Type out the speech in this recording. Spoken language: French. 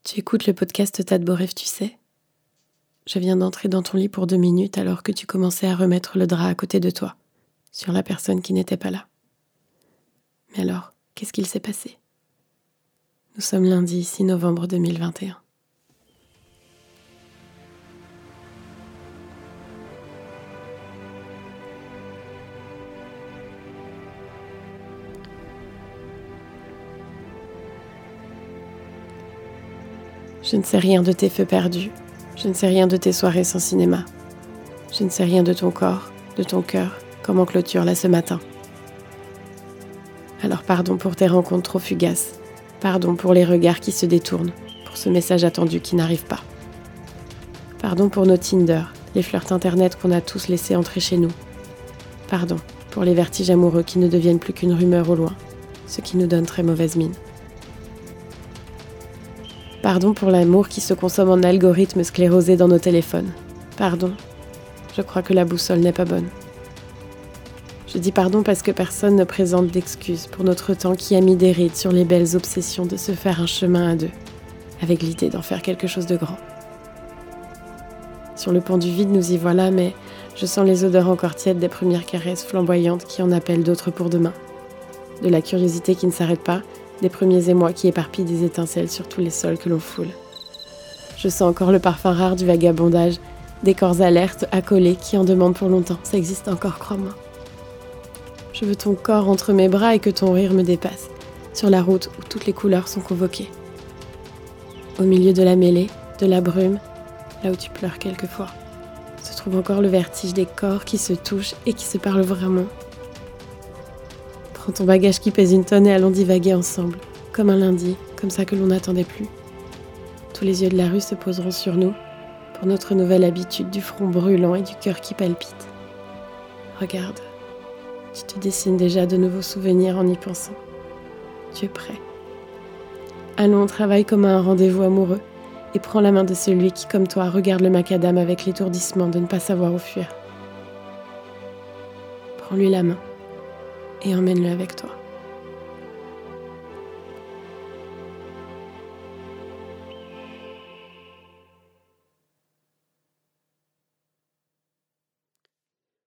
Tu écoutes le podcast T'as de beaux rêves, tu sais. Je viens d'entrer dans ton lit pour 2 minutes alors que tu commençais à remettre le drap à côté de toi, sur la personne qui n'était pas là. Mais alors, qu'est-ce qu'il s'est passé ? Nous sommes lundi 6 novembre 2021. Je ne sais rien de tes feux perdus. Je ne sais rien de tes soirées sans cinéma. Je ne sais rien de ton corps, de ton cœur, comme en clôture là ce matin. Alors pardon pour tes rencontres trop fugaces. Pardon pour les regards qui se détournent, pour ce message attendu qui n'arrive pas. Pardon pour nos Tinder, les flirts internet qu'on a tous laissés entrer chez nous. Pardon pour les vertiges amoureux qui ne deviennent plus qu'une rumeur au loin, ce qui nous donne très mauvaise mine. Pardon pour l'amour qui se consomme en algorithmes sclérosés dans nos téléphones. Pardon, je crois que la boussole n'est pas bonne. Je dis pardon parce que personne ne présente d'excuses pour notre temps qui a mis des rides sur les belles obsessions de se faire un chemin à deux, avec l'idée d'en faire quelque chose de grand. Sur le pont du vide, nous y voilà, mais je sens les odeurs encore tièdes des premières caresses flamboyantes qui en appellent d'autres pour demain. De la curiosité qui ne s'arrête pas, des premiers émois qui éparpillent des étincelles sur tous les sols que l'on foule. Je sens encore le parfum rare du vagabondage, des corps alertes, accolés, qui en demandent pour longtemps. Ça existe encore, crois-moi. Je veux ton corps entre mes bras et que ton rire me dépasse, sur la route où toutes les couleurs sont convoquées. Au milieu de la mêlée, de la brume, là où tu pleures quelquefois, se trouve encore le vertige des corps qui se touchent et qui se parlent vraiment. Prends ton bagage qui pèse 1 tonne et allons divaguer ensemble, comme un lundi, comme ça que l'on n'attendait plus. Tous les yeux de la rue se poseront sur nous, pour notre nouvelle habitude du front brûlant et du cœur qui palpite. Regarde, tu te dessines déjà de nouveaux souvenirs en y pensant. Tu es prêt. Allons, on travaille comme à un rendez-vous amoureux, et prends la main de celui qui, comme toi, regarde le macadam avec l'étourdissement de ne pas savoir où fuir. Prends-lui la main et emmène-le avec toi.